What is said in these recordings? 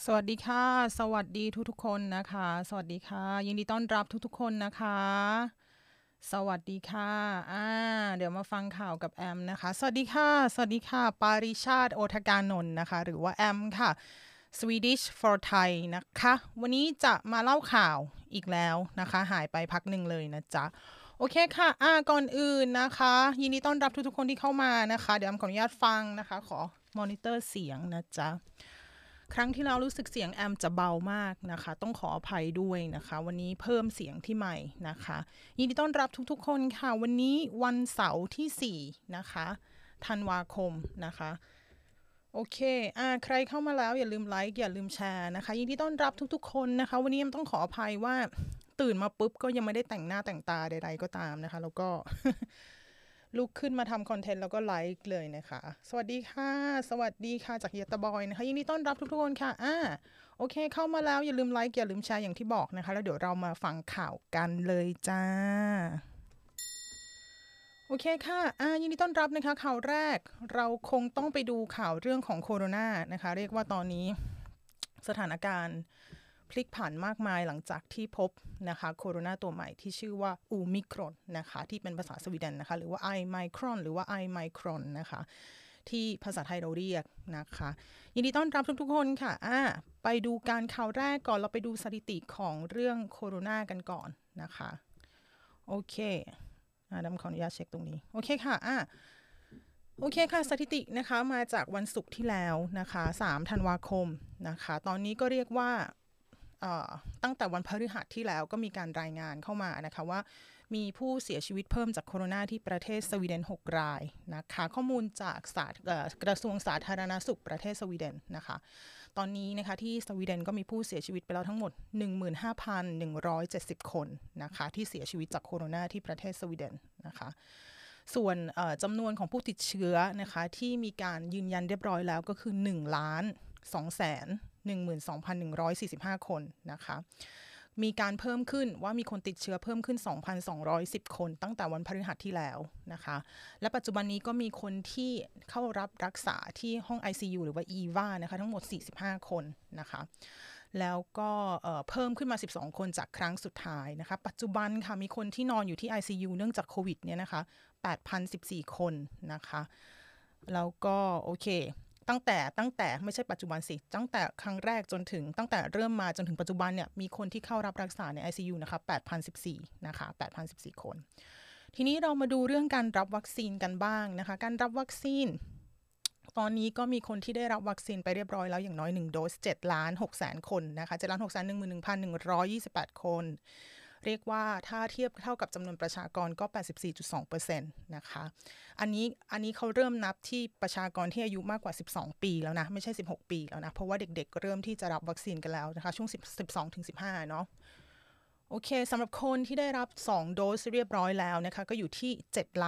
สวัสดีค่ะสวัสดีทุกๆคนนะคะสวัสดีค่ะยินดีต้อนรับทุกๆคนนะคะสวัสดีค่ะเดี๋ยวมาฟังข่าวกับแอมนะคะสวัสดีค่ะสวัสดีค่ะปาริชาติโอทกานนท์นะคะหรือว่าแอมค่ะ Swedish for Thai นะคะวันนี้จะมาเล่าข่าวอีกแล้วนะคะหายไปพักหนึ่งเลยนะจ๊ะโอเคค่ะก่อนอื่นนะคะยินดีต้อนรับทุกๆคนที่เข้ามานะคะเดี๋ยวแอมขออนุญาตฟังนะคะขอมอนิเตอร์เสียงนะจ๊ะ ครั้งที่เรารู้สึกเสียงแอมจะเบามากนะคะต้องขออภัยด้วยนะคะวันนี้เพิ่มเสียงที่ใหม่นะคะยินดีต้อนรับทุกๆคนค่ะวันนี้วันเสาร์ที่4นะคะธันวาคมนะคะโอเคใครเข้ามาแล้วอย่าลืมไลค์อย่าลืมแชร์นะคะยินดีต้อนรับทุกๆคนนะคะวันนี้ต้องขออภัยว่าตื่นมาปุ๊บก็ยังไม่ได้แต่งหน้าแต่งตาใดๆก็ตามนะคะแล้วก็ ลุกขึ้นมาทำคอนเทนต์แล้วก็ไลค์เลยนะคะสวัสดีค่ะสวัสดีค่ะจากเยตบอยนะคะยินดีต้อนรับทุกๆคนค่ะโอเคเข้ามาแล้วอย่าลืมไลค์อย่าลืมแชร์อย่างที่บอกนะคะแล้วเดี๋ยวเรามาฟังข่าวกันเลยจ้าโอเคค่ะยินดีต้อนรับนะคะข่าวแรกเราคงต้องไปดูข่าวเรื่องของโคโรนานะคะเรียกว่าตอนนี้สถานการณ์พลิกผันมากมายหลังจากที่พบนะคะโคโรนาตัวใหม่ที่ชื่อว่าอูมิครอนนะคะที่เป็นภาษาสวีเดนนะคะหรือว่าไอไมครอนหรือว่าไอไมครอนนะคะที่ภาษาไทยเราเรียกนะคะยินดีต้อนรับทุกๆคนค่ะไปดูการข่าวแรกก่อนเราไปดูสถิติของเรื่องโคโรนากันก่อนนะคะโอเคดำขออนุญาตเช็คตรงนี้โอเคค่ะโอเคค่ะสถิตินะคะมาจากวันศุกร์ที่แล้วนะคะ3ธันวาคมนะคะตอนนี้ก็เรียกว่าตั้งแต่วันพฤหัสที่แล้วก็มีการรายงานเข้ามานะคะว่ามีผู้เสียชีวิตเพิ่มจากโคโรนาที่ประเทศสวีเดน6รายนะคะข้อมูลจากกระทรวงสาธารณสุขประเทศสวีเดนนะคะตอนนี้นะคะที่สวีเดนก็มีผู้เสียชีวิตไปแล้วทั้งหมด 15,170 คนนะคะที่เสียชีวิตจากโคโรนาที่ประเทศสวีเดนนะคะส่วนจำนวนของผู้ติดเชื้อนะคะที่มีการยืนยันเรียบร้อยแล้วก็คือ1,212,145 คนนะคะมีการเพิ่มขึ้นว่ามีคนติดเชื้อเพิ่มขึ้น 2,210 คนตั้งแต่วันพฤหัสที่แล้วนะคะและปัจจุบันนี้ก็มีคนที่เข้ารับรักษาที่ห้อง ICU หรือว่า EVA นะคะทั้งหมด45คนนะคะแล้วก็เพิ่มขึ้นมา12คนจากครั้งสุดท้ายนะคะปัจจุบันค่ะมีคนที่นอนอยู่ที่ ICU เนื่องจากโควิดเนี่ยนะคะ8,014 คนนะคะแล้วก็โอเคตั้งแต่ไม่ใช่ปัจจุบันสิตั้งแต่ครั้งแรกจนถึงตั้งแต่เริ่มมาจนถึงปัจจุบันเนี่ยมีคนที่เข้ารับรักษาใน ICU นะคะ8,014นะคะ8,014 คนทีนี้เรามาดูเรื่องการรับวัคซีนกันบ้างนะคะการรับวัคซีนตอนนี้ก็มีคนที่ได้รับวัคซีนไปเรียบร้อยแล้วอย่างน้อย1โดส7,600,000 คนนะคะ7,611,128 คนเรียกว่าถ้าเทียบเท่ากับจำนวนประชากรก็ 84.2% นะคะอันนี้เขาเริ่มนับที่ประชากรที่อายุมากกว่า12ปีแล้วนะไม่ใช่16ปีแล้วนะเพราะว่าเด็กๆเริ่มที่จะรับวัคซีนกันแล้วนะคะช่วง12-15เนาะโอเคสำหรับคนที่ได้รับ2โดสเรียบร้อยแล้วนะคะก็อยู่ที่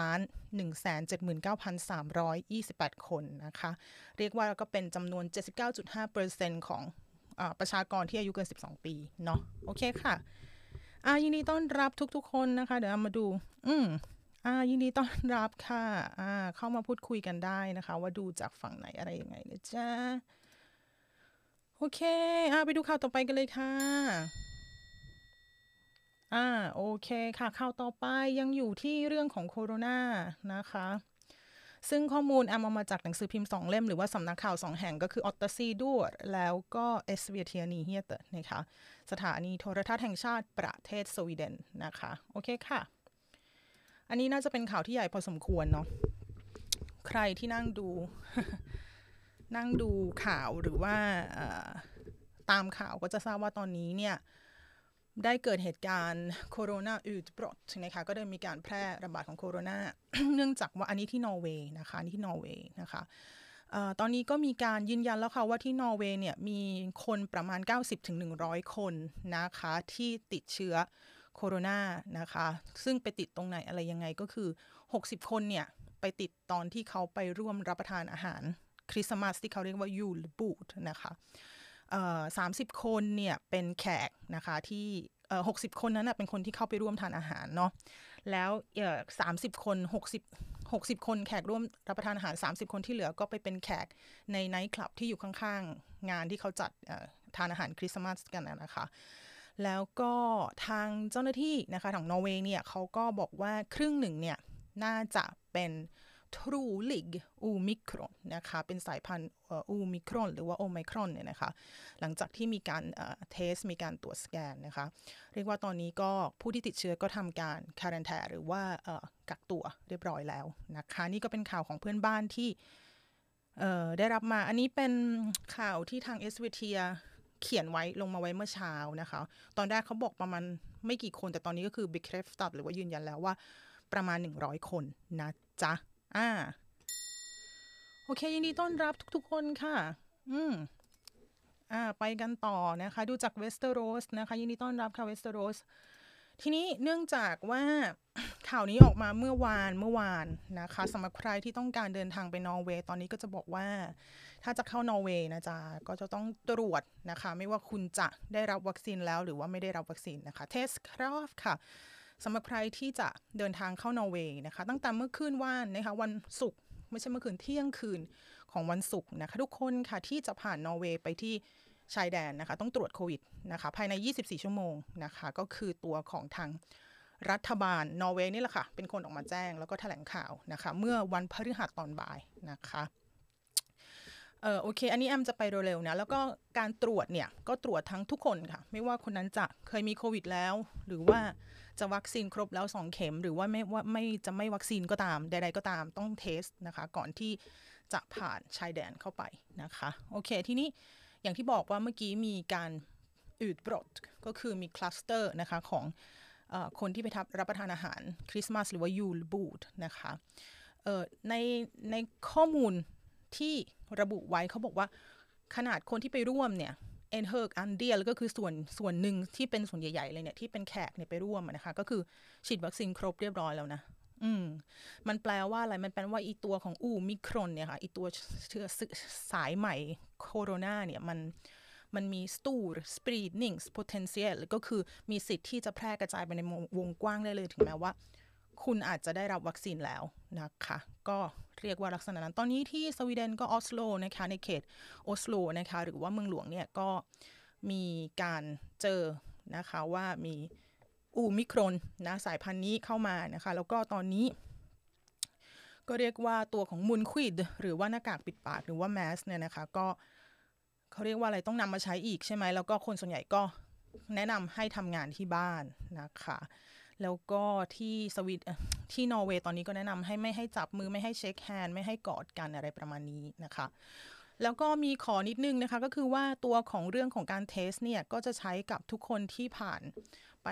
7,179,328 คนนะคะเรียกว่าก็เป็นจำนวน 79.5% ของประชากรที่อายุเกิน12ปีเนาะโอเคค่ะยินดีต้อนรับทุกๆคนนะคะเดี๋ยวมาดูยินดีต้อนรับค่ะเข้ามาพูดคุยกันได้นะคะว่าดูจากฝั่งไหนอะไรยังไงนะจ๊ะโอเคไปดูข่าวต่อไปกันเลยค่ะโอเคค่ะข่าวต่อไปยังอยู่ที่เรื่องของโคโรนานะคะซึ่งข้อมูลเอามาจากหนังสือพิมพ์2เล่มหรือว่าสำนักข่าว2แห่งก็คือออตตาซีดวแล้วก็เอสเวียเทียนีเฮียเตนะคะสถานีโทรทัศน์แห่งชาติประเทศสวีเดนนะคะโอเคค่ะอันนี้น่าจะเป็นข่าวที่ใหญ่พอสมควรเนาะใครที่นั่งดู นั่งดูข่าวหรือว่าตามข่าวก็จะทราบว่าตอนนี้เนี่ยได้เกิดเหตุการณ์โคโรนาอูดบรอตนะคะก็ได้มีการแพร่ระบาดของโคโรนา เนื่องจากว่าอันนี้ที่นอร์เวย์นะคะที่นอร์เวย์นะคะตอนนี้ก็มีการยืนยันแล้วค่ะว่าที่นอร์เวย์เนี่ยมีคนประมาณ 90-100 คนนะคะที่ติดเชื้อโคโรนานะคะซึ่งไปติดตรงไหนอะไรยังไงก็คือ60คนเนี่ยไปติดตอนที่เขาไปร่วมรับประทานอาหารคริสต์มาสที่เขาเรียกว่ายูลบูดนะคะ30คนเนี่ยเป็นแขกนะคะที่60คนนั้นเป็นคนที่เข้าไปร่วมทานอาหารเนาะแล้ว30คน60คนแขกร่วมรับประทานอาหาร30คนที่เหลือก็ไปเป็นแขกในไนท์คลับที่อยู่ข้างๆงานที่เขาจัดทานอาหารคริสต์มาสกันนะคะแล้วก็ทางเจ้าหน้าที่นะคะของนอร์เวย์เนี่ยเขาก็บอกว่าครึ่งหนึ่งเนี่ยน่าจะเป็นtrolig omikron นะคะเป็นสายพันธุ์โอมิครอนหรือว่าโอไมครอนเนี่ยนะคะหลังจากที่มีการเทสมีการตรวจสแกนนะคะเรียกว่าตอนนี้ก็ผู้ที่ติดเชื้อก็ทำการควอรันไทน์หรือว่ากักตัวเรียบร้อยแล้วนะคะนี่ก็เป็นข่าวของเพื่อนบ้านที่ได้รับมาอันนี้เป็นข่าวที่ทางเอสเวเทียเขียนไว้ลงมาไว้เมื่อเช้านะคะตอนแรกเขาบอกประมาณไม่กี่คนแต่ตอนนี้ก็คือ bekräftat หรือว่ายืนยันแล้วว่าประมาณ100คนนะจ๊ะโอเคยินดีต้อนรับทุกๆคนค่ะไปกันต่อนะคะดูจากเวสเตอโรสนะคะยินดีต้อนรับค่ะเวสเตอโรสทีนี้เนื่องจากว่าข่าวนี้ออกมาเมื่อวานนะคะสำหรับใครที่ต้องการเดินทางไปนอร์เวย์ตอนนี้ก็จะบอกว่าถ้าจะเข้านอร์เวย์นะจ๊ะก็จะต้องตรวจนะคะไม่ว่าคุณจะได้รับวัคซีนแล้วหรือว่าไม่ได้รับวัคซีนนะคะเทสครอฟค่ะสำหรับใครที่จะเดินทางเข้านอร์เวย์นะคะตั้งแต่เมื่อคืนว่านนะคะวันศุกร์ไม่ใช่เมื่อคืนเที่ยงคืนของวันศุกร์นะคะทุกคนค่ะที่จะผ่านนอร์เวย์ไปที่ชายแดนนะคะต้องตรวจโควิดนะคะภายใน24ชั่วโมงนะคะก็คือตัวของทางรัฐบาลนอร์เวย์นี่แหละค่ะเป็นคนออกมาแจ้งแล้วก็แถลงข่าวนะคะเมื่อวันพฤหัสตอนบ่ายนะคะโอเคอันนี้แอมจะไปเร็วๆนะแล้วก็การตรวจเนี่ยก็ตรวจทั้งทุกคนค่ะไม่ว่าคนนั้นจะเคยมีโควิดแล้วหรือว่าจะวัคซีนครบแล้ว2เข็มหรือว่าไม่วัคซีนก็ตามใดๆก็ตามต้องเทสนะคะก่อนที่จะผ่านชายแดนเข้าไปนะคะโอเคทีนี้อย่างที่บอกว่าเมื่อกี้มีการอืดบรดก็คือมีคลัสเตอร์นะคะของคนที่ไปรับประทานอาหารคริสต์มาสหรือว่ายูลบูดนะคะในข้อมูลที่ระบุไว้เขาบอกว่าขนาดคนที่ไปร่วมเนี่ยเอ็นเฮิร์กอันเดียก็คือส่วนหนึ่งที่เป็นส่วนใหญ่ๆเลยเนี่ยที่เป็นแขกเนี่ยไปร่วมนะคะก็คือฉีดวัคซีนครบเรียบร้อยแล้วนะมันแปลว่าอะไรมันแปลว่าอีตัวของมิครอนเนี่ยค่ะอีตัวเชื้อสายใหม่โคโรนาเนี่ยมันมี stor spridningspotential ก็คือมีสิทธิ์ที่จะแพร่กระจายไปในวงกว้างได้เลยถึงแม้ว่าคุณอาจจะได้รับวัคซีนแล้วนะคะก็เรียกว่าลักษณะนั้นตอนนี้ที่สวีเดนก็ออสโลนะคะในเขตออสโลนะคะหรือว่าเมืองหลวงเนี่ยก็มีการเจอนะคะว่ามีมิครอนนะสายพันธุ์นี้เข้ามานะคะแล้วก็ตอนนี้ก็เรียกว่าตัวของมุนควิดหรือว่าหน้ากากปิดปากหรือว่าแมสเนี่ยนะคะก็เขาเรียกว่าอะไรต้องนำมาใช้อีกใช่ไหมแล้วก็คนส่วนใหญ่ก็แนะนำให้ทำงานที่บ้านนะคะแล้วก็ที่นอร์เวย์ตอนนี้ก็แนะนำให้ไม่ให้จับมือไม่ให้เช็คแฮนด์ไม่ให้กอดกันอะไรประมาณนี้นะคะแล้วก็มีขอนิดนึงนะคะก็คือว่าตัวของเรื่องของการเทสเนี่ยก็จะใช้กับทุกคนที่ผ่านไป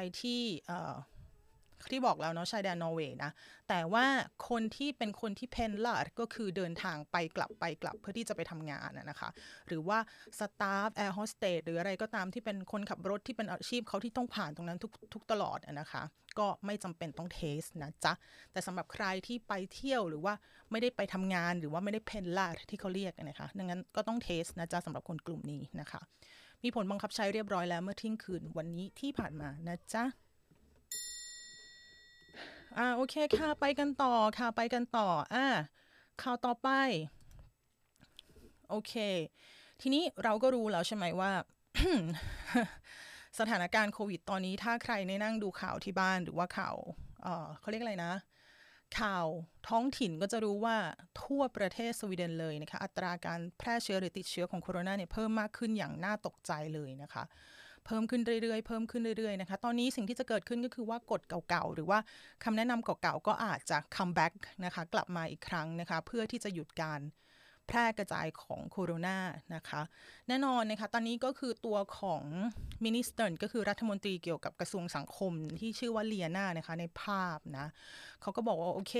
ที่บอกแล้วเนาะชายแดนนอร์เวย์นะแต่ว่าคนที่เป็นคนที่เพนลาร์ก็คือเดินทางไปกลับเพื่อที่จะไปทำงานนะคะหรือว่าสตาฟแอร์โฮสเตสหรืออะไรก็ตามที่เป็นคนขับรถที่เป็นอาชีพเขาที่ต้องผ่านตรงนั้นทุกตลอดนะคะก็ไม่จำเป็นต้องเทสนะจ๊ะแต่สำหรับใครที่ไปเที่ยวหรือว่าไม่ได้ไปทำงานหรือว่าไม่ได้เพนลาร์ที่เขาเรียกนะคะดังนั้นก็ต้องเทสนะจ๊ะสำหรับคนกลุ่มนี้นะคะมีผลบังคับใช้เรียบร้อยแล้วเมื่อเที่ยงคืนวันนี้ที่ผ่านมานะจ๊ะโอเคค่ะไปกันต่อข่าวต่อไปโอเคทีนี้เราก็รู้แล้วใช่ไหมว่า สถานการณ์โควิดตอนนี้ถ้าใครได้นั่งดูข่าวที่บ้านหรือว่าข่าวเขาเรียกอะไรนะข่าวท้องถิ่นก็จะรู้ว่าทั่วประเทศสวีเดนเลยนะคะอัตราการแพร่เชื้อหรือติดเชื้อของโคโรนาเนี่ยเพิ่มมากขึ้นอย่างน่าตกใจเลยนะคะเพิ่มขึ้นเรื่อยๆนะคะตอนนี้สิ่งที่จะเกิดขึ้นก็คือว่ากฎเก่าๆหรือว่าคำแนะนำเก่าๆก็อาจจะ come back นะคะกลับมาอีกครั้งนะคะเพื่อที่จะหยุดการแพร่กระจายของโคโรนานะคะแน่นอนนะคะตอนนี้ก็คือตัวของมินิสเตอร์ก็คือรัฐมนตรีเกี่ยวกับกระทรวงสังคมที่ชื่อว่าเลียนานะคะในภาพนะเขาก็บอกว่าโอเค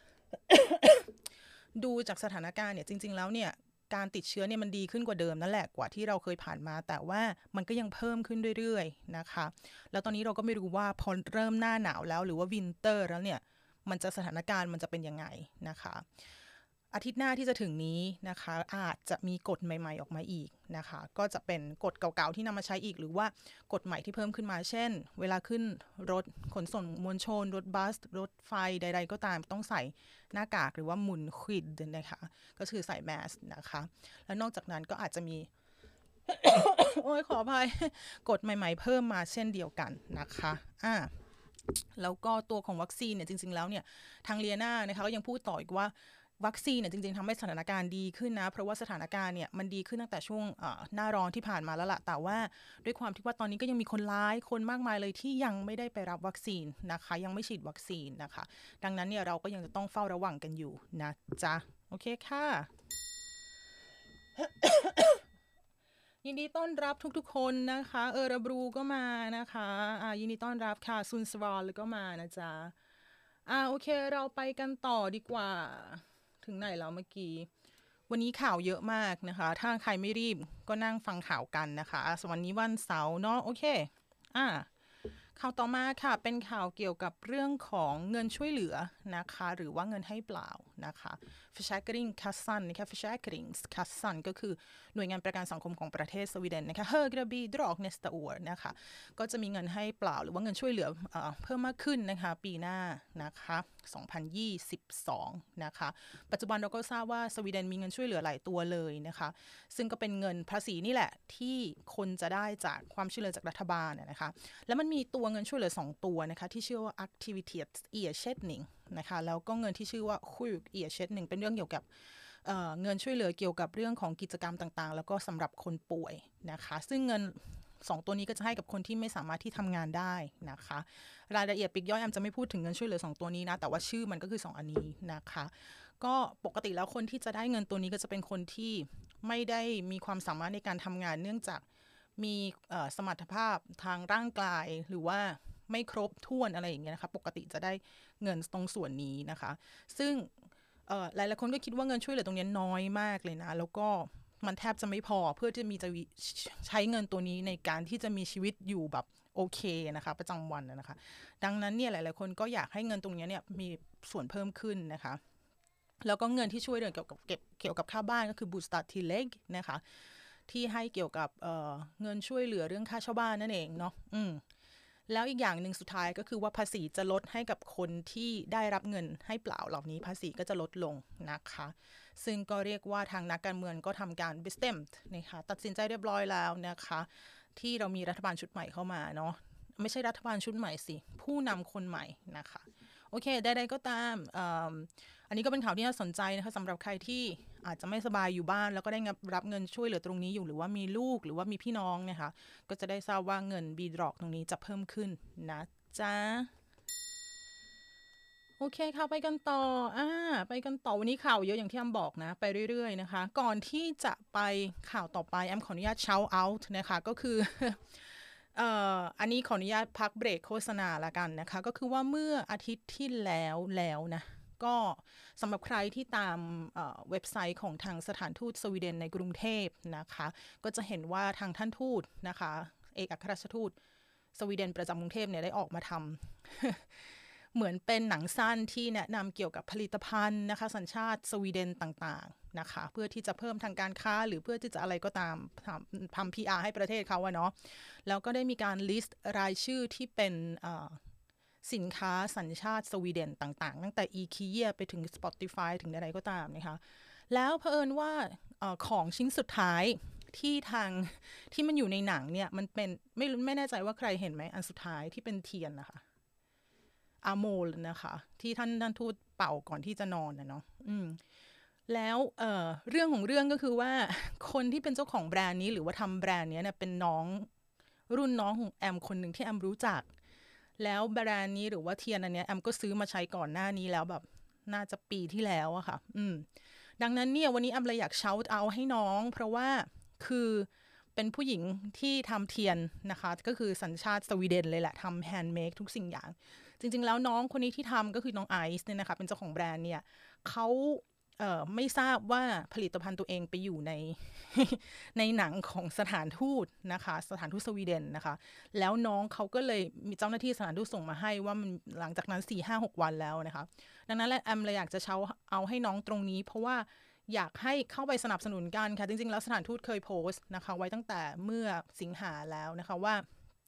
ดูจากสถานการณ์เนี่ยจริงๆแล้วเนี่ยการติดเชื้อเนี่ยมันดีขึ้นกว่าเดิมนั่นแหละกว่าที่เราเคยผ่านมาแต่ว่ามันก็ยังเพิ่มขึ้นเรื่อยๆนะคะแล้วตอนนี้เราก็ไม่รู้ว่าพอเริ่มหน้าหนาวแล้วหรือว่าวินเตอร์แล้วเนี่ยสถานการณ์มันจะเป็นยังไงนะคะอาทิตย์หน้าที่จะถึงนี้นะคะอาจจะมีกฎใหม่ๆออกมาอีกนะคะก็จะเป็นกฎเก่าๆที่นำมาใช้อีกหรือว่ากฎใหม่ที่เพิ่มขึ้นมาเช่นเวลาขึ้นรถขนส่งมวลชนรถบัสรถไฟใดๆก็ตามต้องใส่หน้ากากหรือว่ามุนควิดนะคะก็คือใส่แมสนะคะแล้วนอกจากนั้นก็อาจจะมีโอ้ยขออภัยกฎใหม่ๆเพิ่มมาเช่นเดียวกันนะคะแล้วก็ตัวของวัคซีนเนี่ยจริงๆแล้วเนี่ยทางเลียนานะคะก็ยังพูดต่ออีกว่าวัคซีนเนี่ยจริงๆทำให้สถานการณ์ดีขึ้นนะเพราะว่าสถานการณ์เนี่ยมันดีขึ้นตั้งแต่ช่วงหน้าร้อนที่ผ่านมาแล้วล่ะแต่ว่าด้วยความที่ว่าตอนนี้ก็ยังมีคนร้ายคนมากมายเลยที่ยังไม่ได้ไปรับวัคซีนนะคะยังไม่ฉีดวัคซีนนะคะดังนั้นเนี่ยเราก็ยังจะต้องเฝ้าระวังกันอยู่นะจ๊ะโอเคค่ะ ยินดีต้อนรับทุกๆคนนะคะระบรูก็มานะคะยินดีต้อนรับค่ะซุนสวอลก็มานะจ๊ะโอเคเราไปกันต่อดีกว่าถึงไหนแล้วเมื่อกี้วันนี้ข่าวเยอะมากนะคะถ้าใครไม่รีบก็นั่งฟังข่าวกันนะคะวันนี้วันเสาร์เนาะโอเคอ่า ข่าวต่อมาค่ะเป็นข่าวเกี่ยวกับเรื่องของเงินช่วยเหลือนะคะหรือว่าเงินให้เปล่านะคะ Försäkringskassan นะคะ Försäkringskassan ก็คือหน่วยงานประกันสังคมของประเทศสวีเดนนะคะ Högre bidrag nästa år นะคะก็จะมีเงินให้เปล่าหรือว่าเงินช่วยเหลือเพิ่มมากขึ้นนะคะปีหน้านะคะ2022นะคะปัจจุบันเราก็ทราบว่าสวีเดนมีเงินช่วยเหลือหลายตัวเลยนะคะซึ่งก็เป็นเงินภาษีนี่แหละที่คนจะได้จากความช่วยเหลือจากรัฐบาลนะคะแล้วมันมีตัวเงินช่วยเหลือ2ตัวนะคะที่ชื่อว่า Aktivitetsersättning นะคะแล้วก็เงินที่ชื่อว่า Sjukersättning เป็นเรื่องเกี่ยวกับเงินช่วยเหลือเกี่ยวกับเรื่องของกิจกรรมต่างๆแล้วก็สำหรับคนป่วยนะคะซึ่งเงิน2ตัวนี้ก็จะให้กับคนที่ไม่สามารถที่ทำงานได้นะคะรายละเอียดปลีกย่อยแอมจะไม่พูดถึงเงินช่วยเหลือ2ตัวนี้นะแต่ว่าชื่อมันก็คือ2อันนี้นะคะก็ปกติแล้วคนที่จะได้เงินตัวนี้ก็จะเป็นคนที่ไม่ได้มีความสามารถในการทำงานเนื่องจากมีสมรรถภาพทางร่างกายหรือว่าไม่ครบถ้วนอะไรอย่างเงี้ยนะคะปกติจะได้เงินตรงส่วนนี้นะคะซึ่งหลายๆคนก็คิดว่าเงินช่วยเหลือตรงนี้น้อยมากเลยนะแล้วก็มันแทบจะไม่พอเพื่อที่จะใช้เงินตัวนี้ในการที่จะมีชีวิตอยู่แบบโอเคนะคะประจำวันนะคะดังนั้นเนี่ยหลายๆคนก็อยากให้เงินตรงนี้เนี่ยมีส่วนเพิ่มขึ้นนะคะแล้วก็เงินที่ช่วยเหลือเกี่ยวกับค่าบ้านก็คือบูสตาทีเล็กนะคะที่ให้เกี่ยวกับเงินช่วยเหลือเรื่องค่าเช่าบ้านนั่นเองเนาะแล้วอีกอย่างหนึ่งสุดท้ายก็คือว่าภาษีจะลดให้กับคนที่ได้รับเงินให้เปล่าเหล่านี้ภาษีก็จะลดลงนะคะซึ่งก็เรียกว่าทางนักการเมืองก็ทำการ bestämt นะคะตัดสินใจเรียบร้อยแล้วนะคะที่เรามีรัฐบาลชุดใหม่เข้ามาเนาะไม่ใช่รัฐบาลชุดใหม่สิผู้นำคนใหม่นะคะโอเคใดๆก็ตามอันนี้ก็เป็นข่าวที่น่าสนใจนะคะสำหรับใครที่อาจจะไม่สบายอยู่บ้านแล้วก็ได้รับเงินช่วยเหลือตรงนี้อยู่หรือว่ามีลูกหรือว่ามีพี่น้องนะคะก็จะได้ทราบว่าเงินบีดรอกตรงนี้จะเพิ่มขึ้นนะจ๊ะโอเคค่ะไปกันต่อไปกันต่อวันนี้ข่าวเยอะอย่างที่แอมบอกนะไปเรื่อยๆนะคะก่อนที่จะไปข่าวต่อไปแอมขออนุญาต shout out นะคะก็คืออันนี้ขออนุญาตพักเบรกโฆษณาละกันนะคะก็คือว่าเมื่ออาทิตย์ที่แล้วนะก็สำหรับใครที่ตามเว็บไซต์ของทางสถานทูตสวีเดนในกรุงเทพนะคะก็จะเห็นว่าทางท่านทูตนะคะเอกอัครราชทูตสวีเดนประจำกรุงเทพเนี่ยได้ออกมาทำ เหมือนเป็นหนังสั้นที่แนะนำเกี่ยวกับผลิตภัณฑ์นะคะสัญชาติสวีเดนต่างๆนะคะเพื่อที่จะเพิ่มทางการค้าหรือเพื่อที่จะอะไรก็ตามทำ PR ให้ประเทศเขาอะเนาะแล้วก็ได้มีการ list รายชื่อที่เป็นสินค้าสัญชาติสวีเดนต่างๆตั้งแต่ IKEA ไปถึง Spotify ถึงอะไรก็ตามนะคะแล้วเผอิญว่าของชิ้นสุดท้ายที่ที่มันอยู่ในหนังเนี่ยมันเป็นไม่แน่ใจว่าใครเห็นไหมอันสุดท้ายที่เป็นเทียนนะคะอาโมลนะคะที่ท่านทูตเป่าก่อนที่จะนอนนะเนาะแล้วเรื่องของเรื่องก็คือว่าคนที่เป็นเจ้าของแบรนด์นี้หรือว่าทำแบรนด์นี้เนี่ยเป็นรุ่นน้องของแอมคนหนึ่งที่แอมรู้จักแล้วแบรนด์นี้หรือว่าเทียนอันเนี้ยแอมก็ซื้อมาใช้ก่อนหน้านี้แล้วแบบน่าจะปีที่แล้วอะค่ะดังนั้นเนี่ยวันนี้แอมเลยอยากเช้าเอาให้น้องเพราะว่าคือเป็นผู้หญิงที่ทำเทียนนะคะก็คือสัญชาติสวีเดนเลยแหละทำแฮนด์เมดทุกสิ่งอย่างจริงๆแล้วน้องคนนี้ที่ทำก็คือน้องไอซ์เนี่ยนะคะเป็นเจ้าของแบรนด์เนี่ยเขาไม่ทราบว่าผลิตภัณฑ์ตัวเองไปอยู่ใน ในหนังของสถานทูตนะคะสถานทูตสวีเดนนะคะแล้วน้องเขาก็เลยมีเจ้าหน้าที่สถานทูตส่งมาให้ว่ามันหลังจากนั้น 4-5-6 วันแล้วนะคะดังนั้นแอมเลยอยากจะเอาให้น้องตรงนี้เพราะว่าอยากให้เข้าไปสนับสนุนกันค่ะจริงๆแล้วสถานทูตเคยโพสต์นะคะไว้ตั้งแต่เมื่อสิงหาแล้วนะคะว่า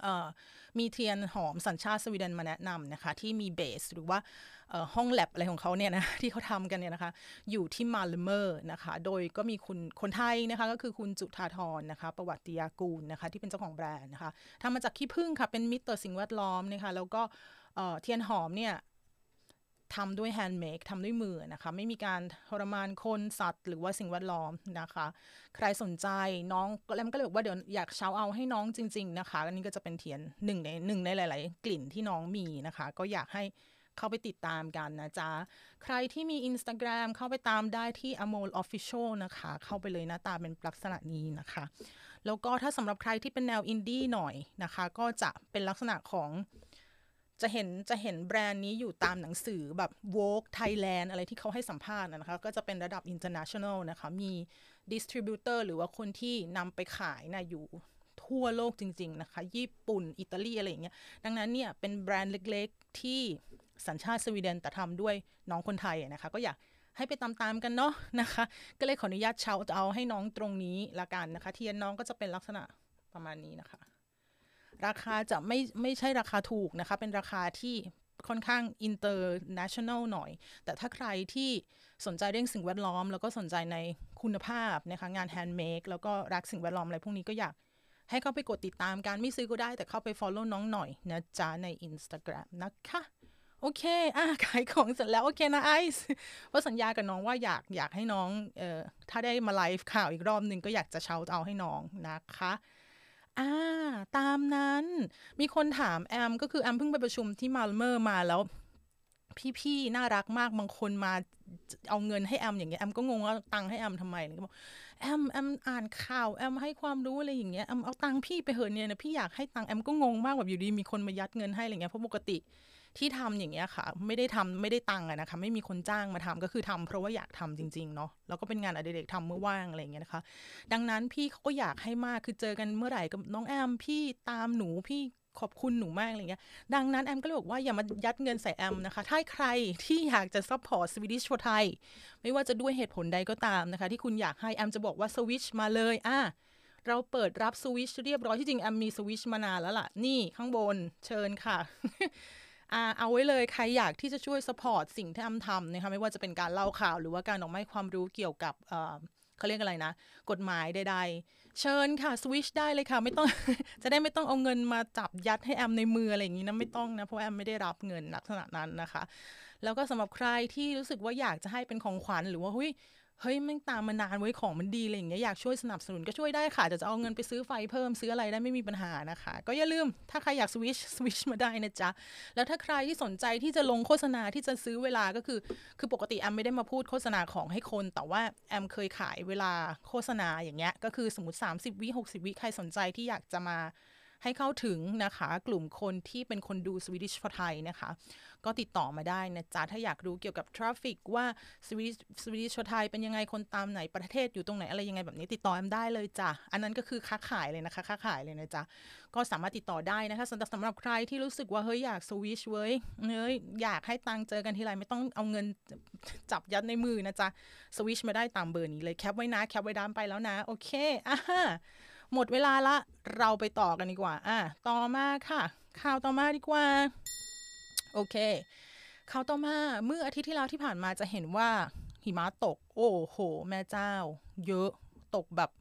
มีเทียนหอมสัญชาติสวีเดนมาแนะนำนะคะที่มีเบสหรือว่าห้องแลบอะไรของเขาเนี่ยนะที่เขาทำกันเนี่ยนะคะอยู่ที่มาลเมอร์นะคะโดยก็มีคนไทยนะคะก็คือคุณจุฑาธรนะคะประวัติยากูลนะคะที่เป็นเจ้าของแบรนด์นะคะทำมาจากขี้ผึ้งค่ะเป็นมิตรต่อสิ่งแวดล้อมนะคะแล้วก็เทียนหอมเนี่ยทำด้วยแฮนด์เมดทำด้วยมือนะคะไม่มีการทรมานคนสัตว์หรือว่าสิ่งแวดล้อมนะคะใครสนใจน้องแลมก็เลยบอกว่าเดี๋ยวอยากเช้าเอาให้น้องจริงๆนะคะอันนี้ก็จะเป็นเทียนหนึ่งในหลายๆกลิ่นที่น้องมีนะคะก็อยากให้เข้าไปติดตามกันนะจ๊ะใครที่มี Instagram เข้าไปตามได้ที่ Amol Official นะคะเข้าไปเลยหน้าตาเป็นลักษณะนี้นะคะแล้วก็ถ้าสำหรับใครที่เป็นแนวอินดี้หน่อยนะคะก็จะเป็นลักษณะของจะเห็นแบรนด์นี้อยู่ตามหนังสือแบบ Vogue Thailand อะไรที่เขาให้สัมภาษณ์นะคะก็จะเป็นระดับ international นะคะมี distributor หรือว่าคนที่นำไปขายนะอยู่ทั่วโลกจริงๆนะคะญี่ปุ่นอิตาลีอะไรอย่างเงี้ยดังนั้นเนี่ยเป็นแบรนด์เล็กๆที่สัญชาติสวีเดนแต่ทำด้วยน้องคนไทยนะคะก็อยากให้ไปตามๆกันเนาะนะคะก็เลยขออนุญาตเอาให้น้องตรงนี้ละกันนะคะเทียนน้องก็จะเป็นลักษณะประมาณนี้นะคะราคาจะไม่ใช่ราคาถูกนะคะเป็นราคาที่ค่อนข้าง international หน่อยแต่ถ้าใครที่สนใจเรื่องสิ่งแวดล้อมแล้วก็สนใจในคุณภาพนะคะงานแฮนด์เมดแล้วก็รักสิ่งแวดล้อมอะไรพวกนี้ก็อยากให้เข้าไปกดติดตามกันไม่ซื้อก็ได้แต่เข้าไป follow น้องหน่อยนะจ๊ะใน Instagram นะคะโอเคขายของเสร็จแล้วโอเคนะไอซ์เพราะสัญญากับน้องว่าอยากให้น้องถ้าได้มาไลฟ์ข่าวอีกรอบนึงก็อยากจะเช้าเอาให้น้องนะคะตามนั้นมีคนถามแอมก็คือแอมเพิ่งไปประชุมที่มาลเมอร์มาแล้วพี่ๆน่ารักมากบางคนมาเอาเงินให้แอมอย่างเงี้ยแอมก็งงว่าตังค์ให้แอมทำไมก็บอกแอมอ่านข่าวแอมให้ความรู้อะไรอย่างเงี้ยแอมเอาตังค์พี่ไปเหอะเนี่ยนะพี่อยากให้ตังค์แอมก็งงมากแบบอยู่ดีมีคนมายัดเงินให้อะไรเงี้ยเพราะปกติที่ทำอย่างเงี้ยค่ะไม่ได้ตังค์นะคะไม่มีคนจ้างมาทำก็คือทำเพราะว่าอยากทำจริงๆเนาะแล้วก็เป็นงานอดิเรกทำเมื่อว่างอะไรอย่างเงี้ยนะคะดังนั้นพี่เขาก็อยากให้มากคือเจอกันเมื่อไหร่กับน้องแอมพี่ตามหนูพี่ขอบคุณหนูมากอะไรเงี้ยดังนั้นแอมก็เลยบอกว่าอย่ามายัดเงินใส่แอมนะคะถ้าใครที่อยากจะซัพพอร์ต Swedish for Thai ไม่ว่าจะด้วยเหตุผลใดก็ตามนะคะที่คุณอยากให้แอมจะบอกว่าสวิชมาเลยเราเปิดรับสวิชเรียบร้อยที่จริงแอมมีสวิชมานานแล้วล่ะนี่ข้างบนเชิญค่ะ เอาไว้เลยใครอยากที่จะช่วยสปอร์ตสิ่งที่แอมทำนะคะไม่ว่าจะเป็นการเล่าข่าวหรือว่าการออกมาให้ความรู้เกี่ยวกับเขาเรียกอะไรนะกฎหมายใดๆเชิญค่ะสวิชได้เลยค่ะไม่ต้อง จะได้ไม่ต้องเอาเงินมาจับยัดให้แอมในมืออะไรอย่างนี้นะไม่ต้องนะเพราะแอมไม่ได้รับเงินลักษณะนั้นนะคะแล้วก็สำหรับใครที่รู้สึกว่าอยากจะให้เป็นของขวัญหรือว่าเฮ้ยมันตามมานานไว้ของมันดีอะไรอย่างเงี้ยอยากช่วยสนับสนุนก็ช่วยได้ค่ะจะเอาเงินไปซื้อไฟเพิ่มซื้ออะไรได้ไม่มีปัญหานะคะก็อย่าลืมถ้าใครอยากสวิชมาได้นะจ๊ะแล้วถ้าใครที่สนใจที่จะลงโฆษณาที่จะซื้อเวลาก็คือปกติแอมไม่ได้มาพูดโฆษณาของให้คนแต่ว่าแอมเคยขายเวลาโฆษณาอย่างเงี้ยก็คือสมมติ30 วิ60 วิใครสนใจที่อยากจะมาให้เข้าถึงนะคะกลุ่มคนที่เป็นคนดู Swedish for Thai นะคะก็ติดต่อมาได้นะจ๊ะถ้าอยากรู้เกี่ยวกับทราฟฟิกว่า Swedish for Thai เป็นยังไงคนตามไหนประเทศอยู่ตรงไหนอะไรยังไงแบบนี้ติดต่อแอมได้เลยจ้ะอันนั้นก็คือค้าขายเลยนะคะค้าขายเลยนะจ๊ะก็สามารถติดต่อได้นะคะสำหรับใครที่รู้สึกว่าเฮ้ยอยากสวิชเว้ยอยากให้ตังเจอกันทีไรไม่ต้องเอาเงินจับยัดในมือนะจ๊ะสวิชมาได้ตามเบอร์นี้เลยแคปไว้นะแคปไว้ด้านไปแล้วนะโอเคหมดเวลาละเราไปต่อกันดีกว่าต่อมาค่ะข่าวต่อมาดีกว่าโอเคข่าวต่อมาเมื่ออาทิตย์ที่แล้วที่ผ่านมาจะเห็นว่าหิมะตกโอ้โหแม่เจ้าเยอะตกแบบ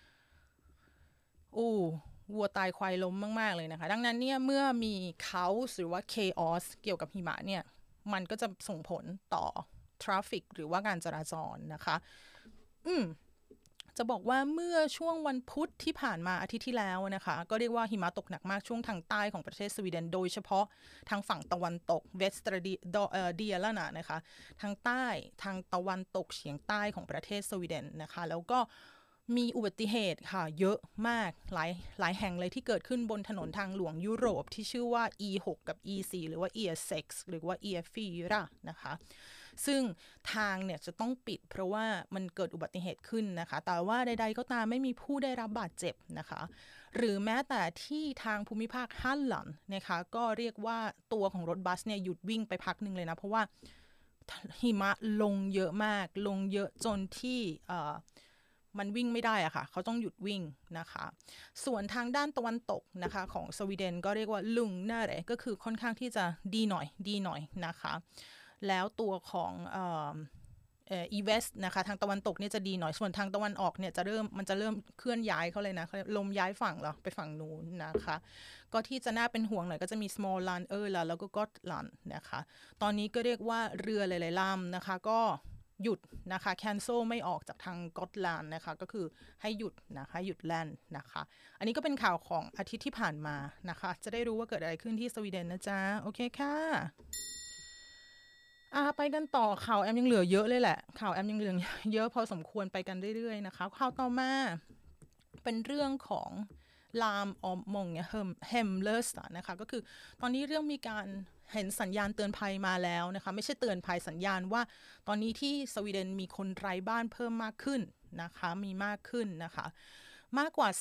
วัวตายควายล้มมากๆเลยนะคะดังนั้นเนี่ยเมื่อมีเขาหรือว่า chaos เกี่ยวกับหิมะเนี่ยมันก็จะส่งผลต่อทราฟฟิกหรือว่าการจราจรนะคะจะบอกว่าเมื่อช่วงวันพุธที่ผ่านมาอาทิตย์ที่แล้วนะคะก็เรียกว่าหิมะตกหนักมากช่วงทางใต้ของประเทศสวีเดนโดยเฉพาะทางฝั่งตะวันตกเวสต์เดียลานะคะทางใต้ทางตะวันตกเฉียงใต้ของประเทศสวีเดนนะคะแล้วก็มีอุบัติเหตุค่ะเยอะมากหลายแห่งเลยที่เกิดขึ้นบนถนนทางหลวงยุโรปที่ชื่อว่า E6 กับ E4 หรือว่า E6 หรือว่า E4 นะคะซึ่งทางเนี่ยจะต้องปิดเพราะว่ามันเกิดอุบัติเหตุขึ้นนะคะแต่ว่าใดๆก็ตามไม่มีผู้ได้รับบาดเจ็บนะคะหรือแม้แต่ที่ทางภูมิภาคฮั่นหลันนะคะก็เรียกว่าตัวของรถบัสเนี่ยหยุดวิ่งไปพักนึงเลยนะเพราะว่าหิมะลงเยอะมากลงเยอะจนที่มันวิ่งไม่ได้อะค่ะเขาต้องหยุดวิ่งนะคะส่วนทางด้านตะวันตกนะคะของสวีเดนก็เรียกว่าลุงน่าเรก็คือค่อนข้างที่จะดีหน่อยนะคะแล้วตัวของอีเวสนะคะทางตะวันตกเนี่ยจะดีหน่อยส่วนทางตะวันออกเนี่ยมันจะเริ่มเคลื่อนย้ายเขาเลยนะลมย้ายฝั่งเหรอไปฝั่งนู้นนะคะก็ที่จะน่าเป็นห่วงหน่อยก็จะมี small land แล้วก็ Gotland นะคะตอนนี้ก็เรียกว่าเรือหลายๆลำนะคะก็หยุดนะคะ cancel ไม่ออกจากทาง Gotland นะคะก็คือให้หยุดนะคะหยุดแล่นนะคะอันนี้ก็เป็นข่าวของอาทิตย์ที่ผ่านมานะคะจะได้รู้ว่าเกิดอะไรขึ้นที่สวีเดนนะจ๊ะโอเคค่ะไปกันต่อข่าวแอมยังเหลือเยอะเลยแหละข่าวแอมยังเหลือเยอะพอสมควรไปกันเรื่อยๆนะคะข่าวต่อมาเป็นเรื่องของลามออมมงเนี่ยเฮมเลสนะคะก็คือตอนนี้เรื่องมีการเห็นสัญญาณเตือนภัยมาแล้วนะคะไม่ใช่เตือนภัยสัญญาณว่าตอนนี้ที่สวีเดนมีคนไร้บ้านเพิ่มมากขึ้นนะคะมีมากขึ้นนะคะมากกว่า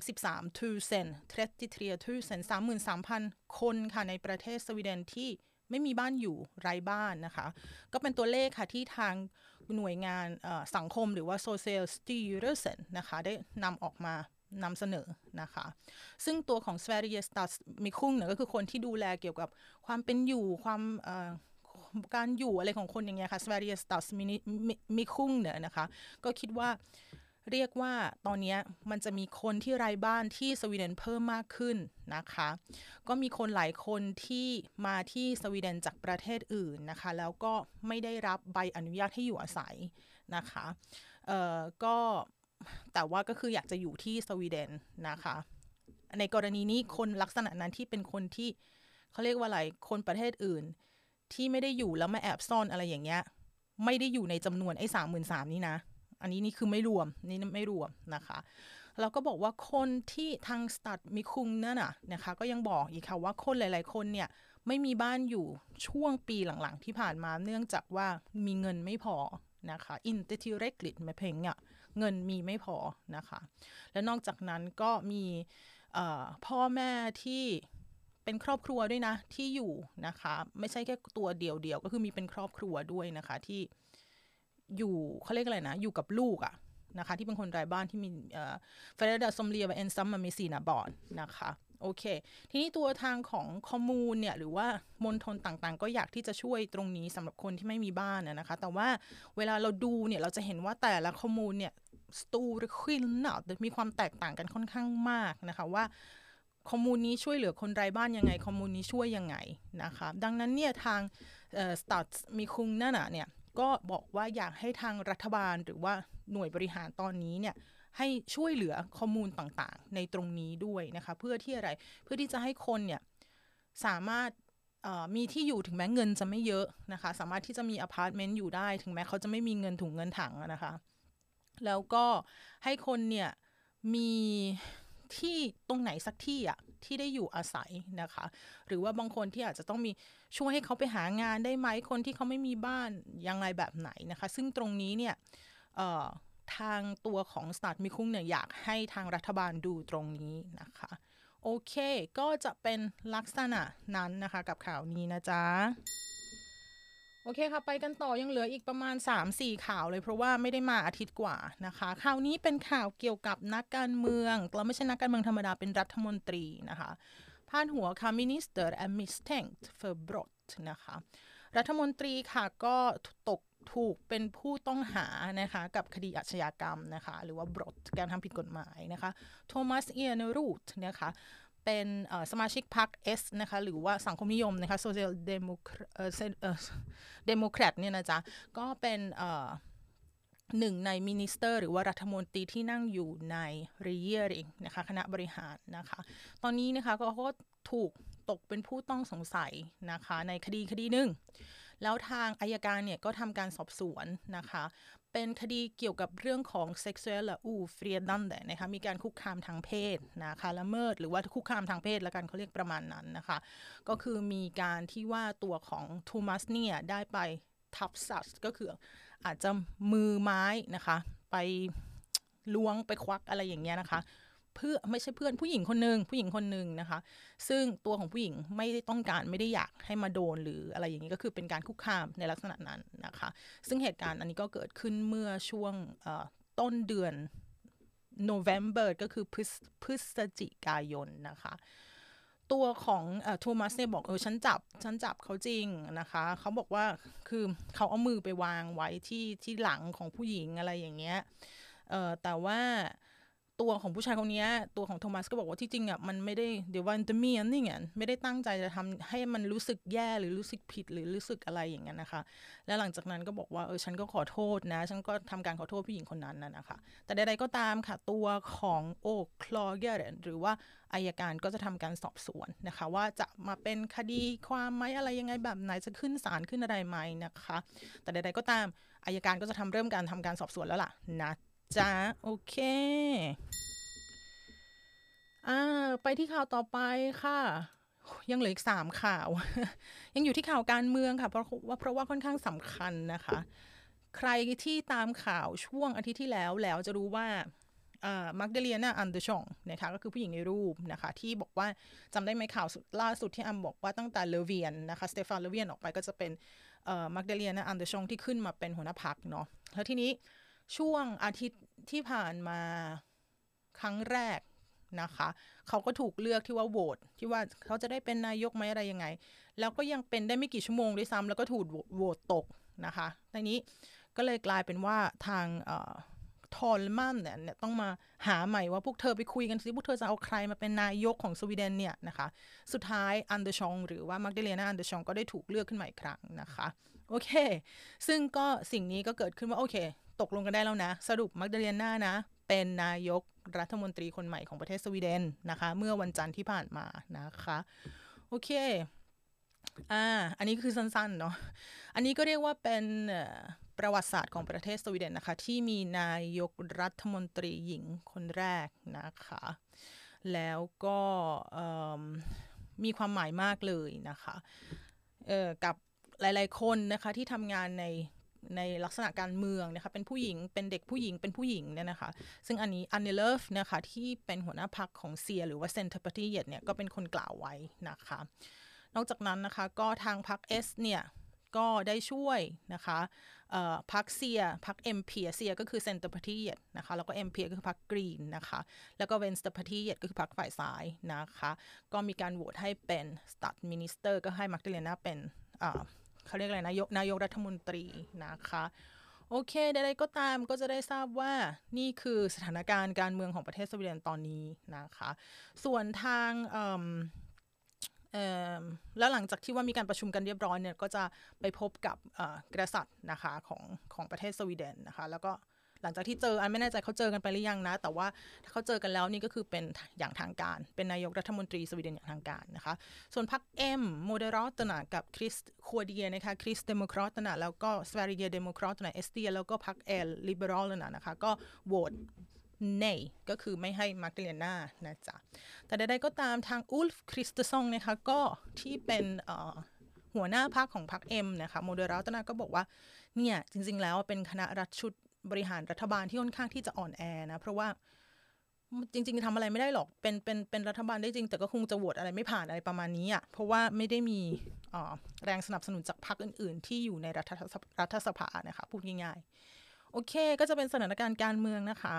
33,000 คนค่ะในประเทศสวีเดนที่ไม่มีบ้านอยู่ไร้บ้านนะคะก็เป็นตัวเลขค่ะที่ทางหน่วยงานสังคมหรือว่า Social Styrelsen นะคะได้นำออกมานำเสนอนะคะซึ่งตัวของ Sveriges Stadsmission เนี่ยก็คือคนที่ดูแลเกี่ยวกับความเป็นอยู่ความการอยู่อะไรของคนอย่างเงี้ยค่ะ Sveriges Stadsmission เนี่ยนะคะก็คิดว่าเรียกว่าตอนนี้มันจะมีคนที่ไร้บ้านที่สวีเดนเพิ่มมากขึ้นนะคะก็มีคนหลายคนที่มาที่สวีเดนจากประเทศอื่นนะคะแล้วก็ไม่ได้รับใบอนุญาตให้อยู่อาศัยนะคะก็แต่ว่าก็คืออยากจะอยู่ที่สวีเดนนะคะในกรณีนี้คนลักษณะนั้นที่เป็นคนที่เขาเรียกว่าอะไรคนประเทศอื่นที่ไม่ได้อยู่แล้วมาแอบซ่อนอะไรอย่างเงี้ยไม่ได้อยู่ในจำนวนไอ้33,000นี่นะอันนี้นี่คือไม่รวมนี่ไม่รวมนะคะแล้วก็บอกว่าคนที่ทางสตัดมิคุงนั่นน่ะนะคะก็ยังบอกอีกค่ะว่าคนหลายๆคนเนี่ยไม่มีบ้านอยู่ช่วงปีหลังๆที่ผ่านมาเนื่องจากว่ามีเงินไม่พอนะคะอินเตอร์ทิเรกลิตไม่เพงอ่ะเงินมีไม่พอนะคะและนอกจากนั้นก็มีพ่อแม่ที่เป็นครอบครัวด้วยนะที่อยู่นะคะไม่ใช่แค่ตัวเดียวก็คือมีเป็นครอบครัวด้วยนะคะที่อยู่เขาเรียกอะไรนะอยู่กับลูกอะนะคะที่เป็นคนไร้บ้านที่มีFöräldrar som lever ensamma med sina barnนะคะโอเคทีนี้ตัวทางของคอมมูนเนี่ยหรือว่ามณฑลต่างๆก็อยากที่จะช่วยตรงนี้สำหรับคนที่ไม่มีบ้านนะคะแต่ว่าเวลาเราดูเนี่ยเราจะเห็นว่าแต่ละคอมมูนเนี่ยstor skillnadมีความแตกต่างกันค่อนข้างมากนะคะว่าคอมมูนนี้ช่วยเหลือคนไร้บ้านยังไงคอมมูนนี้ช่วยยังไงนะคะดังนั้นเนี่ยทางสตัดมีคุงนั่นเนี่ยก็บอกว่าอยากให้ทางรัฐบาลหรือว่าหน่วยบริหารตอนนี้เนี่ยให้ช่วยเหลือข้อมูลต่างๆในตรงนี้ด้วยนะคะเพื่อที่อะไรเพื่อที่จะให้คนเนี่ยสามารถมีที่อยู่ถึงแม้เงินจะไม่เยอะนะคะสามารถที่จะมีอพาร์ตเมนต์อยู่ได้ถึงแม้เขาจะไม่มีเงินถุงเงินถังนะคะแล้วก็ให้คนเนี่ยมีที่ตรงไหนสักที่อ่ะที่ได้อยู่อาศัยนะคะหรือว่าบางคนที่อาจจะต้องมีช่วยให้เขาไปหางานได้ไหมคนที่เขาไม่มีบ้านยังไงแบบไหนนะคะซึ่งตรงนี้เนี่ยทางตัวของสตาร์ทมิคุ้งเนี่ยอยากให้ทางรัฐบาลดูตรงนี้นะคะโอเคก็จะเป็นลักษณะนั้นนะคะกับข่าวนี้นะจ๊ะโอเคค่ะไปกันต่อยังเหลืออีกประมาณ 3-4 ข่าวเลยเพราะว่าไม่ได้มาอาทิตย์กว่านะคะข่าวนี้เป็นข่าวเกี่ยวกับนักการเมืองเราไม่ใช่นักการเมืองธรรมดาเป็นรัฐมนตรีนะคะพาดหัวค่ะ Minister är misstänkt för brott นะคะรัฐมนตรีค่ะก็ถูกเป็นผู้ต้องหานะคะกับคดีอาชญากรรมนะคะหรือว่า brott การทำผิดกฎหมายนะคะโทมัสเอียนรูทนะคะเป็นสมาชิกพรรค S นะคะหรือว่าสังคมนิยมนะคะ Social Democrat เนี่ยนะจ๊ะก็เป็นหนึ่งในมินิสเตอร์หรือว่ารัฐมนตรีที่นั่งอยู่ใน Regering นะคะคณะบริหารนะคะตอนนี้นะคะก็ถูกตกเป็นผู้ต้องสงสัยนะคะในคดีหนึ่งแล้วทางอัยการเนี่ยก็ทำการสอบสวนนะคะเป็นคดีเกี่ยวกับเรื่องของ sexuella ofredande นะคะมีการคุกคามทางเพศนะคะละเมิดหรือว่าคุกคามทางเพศละกันเขาเรียกประมาณนั้นนะคะก็คือมีการที่ว่าตัวของโทมัสเนี่ยได้ไปทับซัสก็คืออาจจะมือไม้นะคะไปล้วงไปควักอะไรอย่างเงี้ยนะคะเพื่อไม่ใช่เพื่อนผู้หญิงคนหนึ่งนะคะซึ่งตัวของผู้หญิงไม่ได้ต้องการไม่ได้อยากให้มาโดนหรืออะไรอย่างนี้ก็คือเป็นการคุกคามในลักษณะนั้นนะคะซึ่งเหตุการณ์อันนี้ก็เกิดขึ้นเมื่อช่วงต้นเดือน November ก็คือพฤศจิกายนนะคะตัวของโทมัสเนี่ยบอกฉันจับเขาจริงนะคะเขาบอกว่าคือเขาเอามือไปวางไว้ที่หลังของผู้หญิงอะไรอย่างเงี้ยแต่ว่าตัวของผู้ชายคนนี้ตัวของโทมัสก็บอกว่าที่จริงอ่ะมันไม่ได้เดี๋ยววันจะมีอันนี่ไงไม่ได้ตั้งใจจะทำให้มันรู้สึกแย่หรือรู้สึกผิดหรือรู้สึกอะไรอย่างเงี้ยนะคะแล้วหลังจากนั้นก็บอกว่าฉันก็ขอโทษนะฉันก็ทำการขอโทษผู้หญิงคนนั้นนะคะแต่ใดๆก็ตามค่ะตัวของคลอเกอร์หรือว่าอัยการก็จะทำการสอบสวนนะคะว่าจะมาเป็นคดีความไหมอะไรยังไงแบบไหนจะขึ้นศาลขึ้นอะไรไหมนะคะแต่ใดๆก็ตามอัยการก็จะเริ่มการทำการสอบสวนแล้วล่ะนะจ๊ะโอเคไปที่ข่าวต่อไปค่ะยังเหลืออีก3ข่าว ยังอยู่ที่ข่าวการเมืองค่ะเพราะว่าค่อนข้างสำคัญนะคะใครที่ตามข่าวช่วงอาทิตย์ที่แล้วจะรู้ว่ามักเดเลียนาอันเดอร์ชองนะคะก็คือผู้หญิงในรูปนะคะที่บอกว่าจำได้ไหมข่าวล่าสุดที่บอกว่าตั้งแต่เลเวียนนะคะสเตฟานเลเวียนออกไปก็จะเป็นมักเดเลียนาอันเดอร์ชองที่ขึ้นมาเป็นหัวหน้าพรรคเนาะแล้วทีนี้ช่วงอาทิตย์ที่ผ่านมาครั้งแรกนะคะเขาก็ถูกเลือกที่ว่าโหวตที่ว่าเขาจะได้เป็นนายกไหมอะไรยังไงแล้วก็ยังเป็นได้ไม่กี่ชั่วโมงด้วยซ้ำแล้วก็ถูกโหวตตกนะคะทีนี้ก็เลยกลายเป็นว่าทางทอลมันเนี่ยต้องมาหาใหม่ว่าพวกเธอไปคุยกันสิพวกเธอจะเอาใครมาเป็นนายกของสวีเดนเนี่ยนะคะสุดท้ายอันเดอร์ชองหรือว่ามักเดเลนาอันเดอร์ชองก็ได้ถูกเลือกขึ้นมาอีกครั้งนะคะโอเคซึ่งก็สิ่งนี้ก็เกิดขึ้นว่าโอเคตกลงกันได้แล้วนะสรุปมักเดเลนานะเป็นนายกรัฐมนตรีคนใหม่ของประเทศสวีเดนนะคะเมื่อวันจันทร์ที่ผ่านมานะคะโอเคอันนี้คือสั้นๆเนาะอันนี้ก็เรียกว่าเป็นประวัติศาสตร์ของประเทศสวีเดนนะคะที่มีนายกรัฐมนตรีหญิงคนแรกนะคะแล้วก็มีความหมายมากเลยนะคะกับหลายๆคนนะคะที่ทำงานในลักษณะการเมืองนะคะเป็นผู้หญิงเป็นเด็กผู้หญิงเป็นผู้หญิงเนี่ยนะคะซึ่งอันนี้อันเนเลฟนะคะที่เป็นหัวหน้าพรรคของเซียหรือว่าเซนเตอร์ปาร์ตี้เนี่ยก็เป็นคนกล่าวไว้นะคะนอกจากนั้นนะคะก็ทางพรรค S เนี่ยก็ได้ช่วยนะคะพรรคเซียพรรค MP เซียก็คือเซนเตอร์พาร์ตี้นะคะแล้วก็ MP ก็คือพรรคกรีนนะคะแล้วก็เวนสเตอร์พาร์ตี้ก็คือพรรคฝ่ายซ้ายนะคะก็มีการโหวตให้เป็นสตัดมินิสเตอร์ก็ให้มักเดเลนาเป็นเขาเรียกอะไรนายกรัฐมนตรีนะคะโอเคใดๆก็ตามก็จะได้ทราบว่านี่คือสถานการณ์การเมืองของประเทศสวีเดนตอนนี้นะคะส่วนทางแล้วหลังจากที่ว่ามีการประชุมกันเรียบร้อยเนี่ยก็จะไปพบกับกษัตริย์นะคะของประเทศสวีเดนนะคะแล้วก็หลังจากที่อันไม่แน่ใจเขาเจอกันไปหรือยังนะแต่ว่าถ้าเขาเจอกันแล้วนี่ก็คือเป็นอย่างทางการเป็นนายกรัฐมนตรีสวีเดนอย่างทางการนะคะส่วนพรรค M โมเดรอตนากับคริสคัวเดียนะคะคริสเดโมครอตนาแล้วก็สเวริเดียเดโมครอตนาเอสเตียแล้วก็พรรค L ลิเบอรัลนะคะก็โหวตnay ก็คือไม่ให้มักเดเลนานะจ๊ะแต่ใดๆก็ตามทางอุลฟคริสเตซองนะคะก็ที่เป็นหัวหน้าพรรคของพรรค M นะคะโมเดรัตนาก็บอกว่าเนี่ยจริงๆแล้วเป็นคณะชุดบริหารรัฐบาลที่ค่อนข้างที่จะอ่อนแอนะเพราะว่าจริงๆทำอะไรไม่ได้หรอกเป็นรัฐบาลได้จริงแต่ก็คงจะโหวตอะไรไม่ผ่านอะไรประมาณนี้อ่ะเพราะว่าไม่ได้มีแรงสนับสนุนจากพรรคอื่นๆที่อยู่ในรัฐสภานะคะพูดง่ายๆโอเคก็จะเป็นสถานการณ์การเมืองนะคะ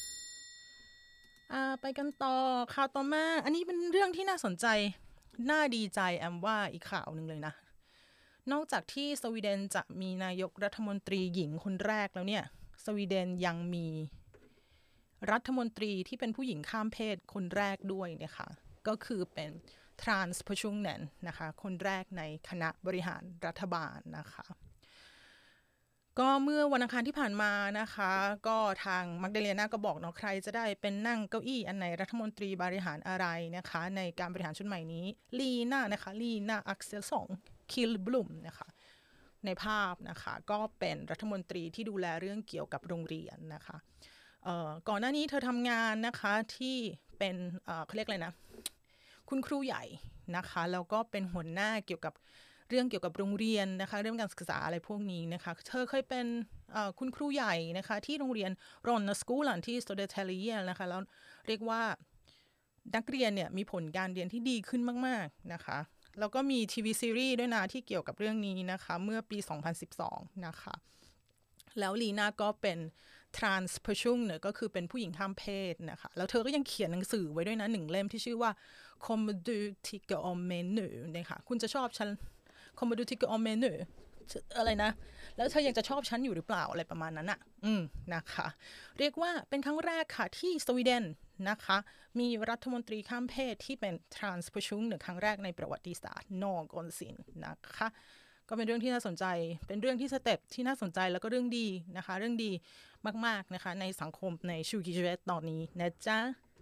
ไปกันต่อข่าวต่อมาอันนี้เป็นเรื่องที่น่าสนใจน่าดีใจแอมว่าอีกข่าวหนึ่งเลยนะนอกจากที่สวีเดนจะมีนายกรัฐมนตรีหญิงคนแรกแล้วเนี่ยสวีเดนยังมีรัฐมนตรีที่เป็นผู้หญิงข้ามเพศคนแรกด้วยนะคะก็คือเป็นทรานส์พชุงแนนนะคะคนแรกในคณะบริหารรัฐบาลนะคะก็เมื่อวันอังคารที่ผ่านมานะคะก็ทางมักเดเลนาก็บอกเนาะใครจะได้เป็นนั่งเก้าอี้อันไหนรัฐมนตรีบริหารอะไรนะคะในการบริหารชุดใหม่นี้ลีน่าอักเซลสองคิลบลุมนะคะในภาพนะคะก็เป็นรัฐมนตรีที่ดูแลเรื่องเกี่ยวกับโรงเรียนนะคะก่อนหน้านี้เธอทำงานนะคะที่เป็นเขาเรียกอะไรนะคุณครูใหญ่นะคะแล้วก็เป็นหัวหน้าเกี่ยวกับเรื่องเกี่ยวกับโรงเรียนนะคะเรื่องการศึกษาอะไรพวกนี้นะคะเธอเคยเป็นคุณครูใหญ่นะคะที่โรงเรียนรอนสกูลันที่สโตเดเทเลียนะคะแล้วเรียกว่านักเรียนเนี่ยมีผลการเรียนที่ดีขึ้นมากๆนะคะแล้วก็มีทีวีซีรีส์ด้วยนะที่เกี่ยวกับเรื่องนี้นะคะเมื่อปี 2012 นะคะแล้วลีน่าก็เป็น trans person เนี่ยก็คือเป็นผู้หญิงข้ามเพศนะคะแล้วเธอก็ยังเขียนหนังสือไว้ด้วยนะ1 เล่มที่ชื่อว่า Kommer du tycka om mig nu นะคะคุณจะชอบฉัน Kommer du tycka om mig nu อะไรนะแล้วเธอยังจะชอบฉันอยู่หรือเปล่าอะไรประมาณนั้นอะนะคะเรียกว่าเป็นครั้งแรกค่ะที่สวีเดนนะคะมีรัฐมนตรีข้ามเพศที่เป็น trans person ครั้งแรกในประวัติศาสตร์någonsinนะคะก็เป็นเรื่องที่น่าสนใจเป็นเรื่องที่สเต็ปที่น่าสนใจแล้วก็เรื่องดีนะคะเรื่องดีมากๆนะคะในสังคมในชูกิเจเวตตอนนี้นะจ๊ะ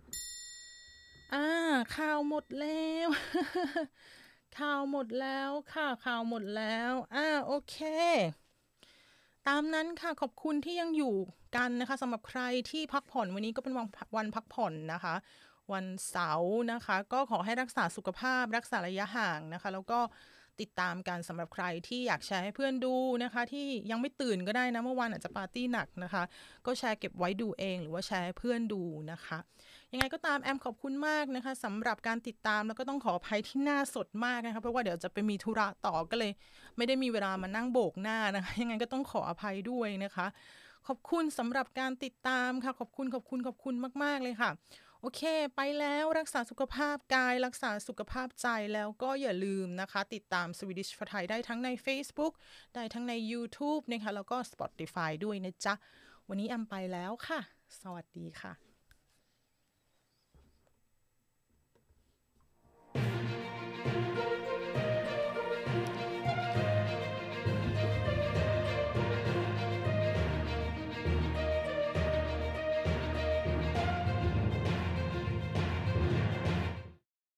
ข่าวหมดแล้ว ข่าวหมดแล้วค่ะข่าวหมดแล้วโอเคตามนั้นค่ะขอบคุณที่ยังอยู่กันนะคะสำหรับใครที่พักผ่อนวันนี้ก็เป็นวันพักผ่อนนะคะวันเสาร์นะคะก็ขอให้รักษาสุขภาพรักษาระยะห่างนะคะแล้วก็ติดตามกันสำหรับใครที่อยากแชร์ให้เพื่อนดูนะคะที่ยังไม่ตื่นก็ได้นะเมื่อวานอาจจะปาร์ตี้หนักนะคะก็แชร์เก็บไว้ดูเองหรือว่าแชร์ให้เพื่อนดูนะคะยังไงก็ตามแอมขอบคุณมากนะคะสำหรับการติดตามแล้วก็ต้องขออภัยที่หน้าสดมากนะคะเพราะว่าเดี๋ยวจะไปมีธุระต่อก็เลยไม่ได้มีเวลามานั่งโบกหน้านะคะยังไงก็ต้องขออภัยด้วยนะคะขอบคุณสำหรับการติดตามค่ะขอบคุณมากๆเลยค่ะโอเคไปแล้วรักษาสุขภาพกายรักษาสุขภาพใจแล้วก็อย่าลืมนะคะติดตาม Swedish for Thai ได้ทั้งใน Facebook ได้ทั้งใน YouTube นะคะแล้วก็ Spotify ด้วยนะจ๊ะวันนี้แอมไปแล้วค่ะสวัสดีค่ะ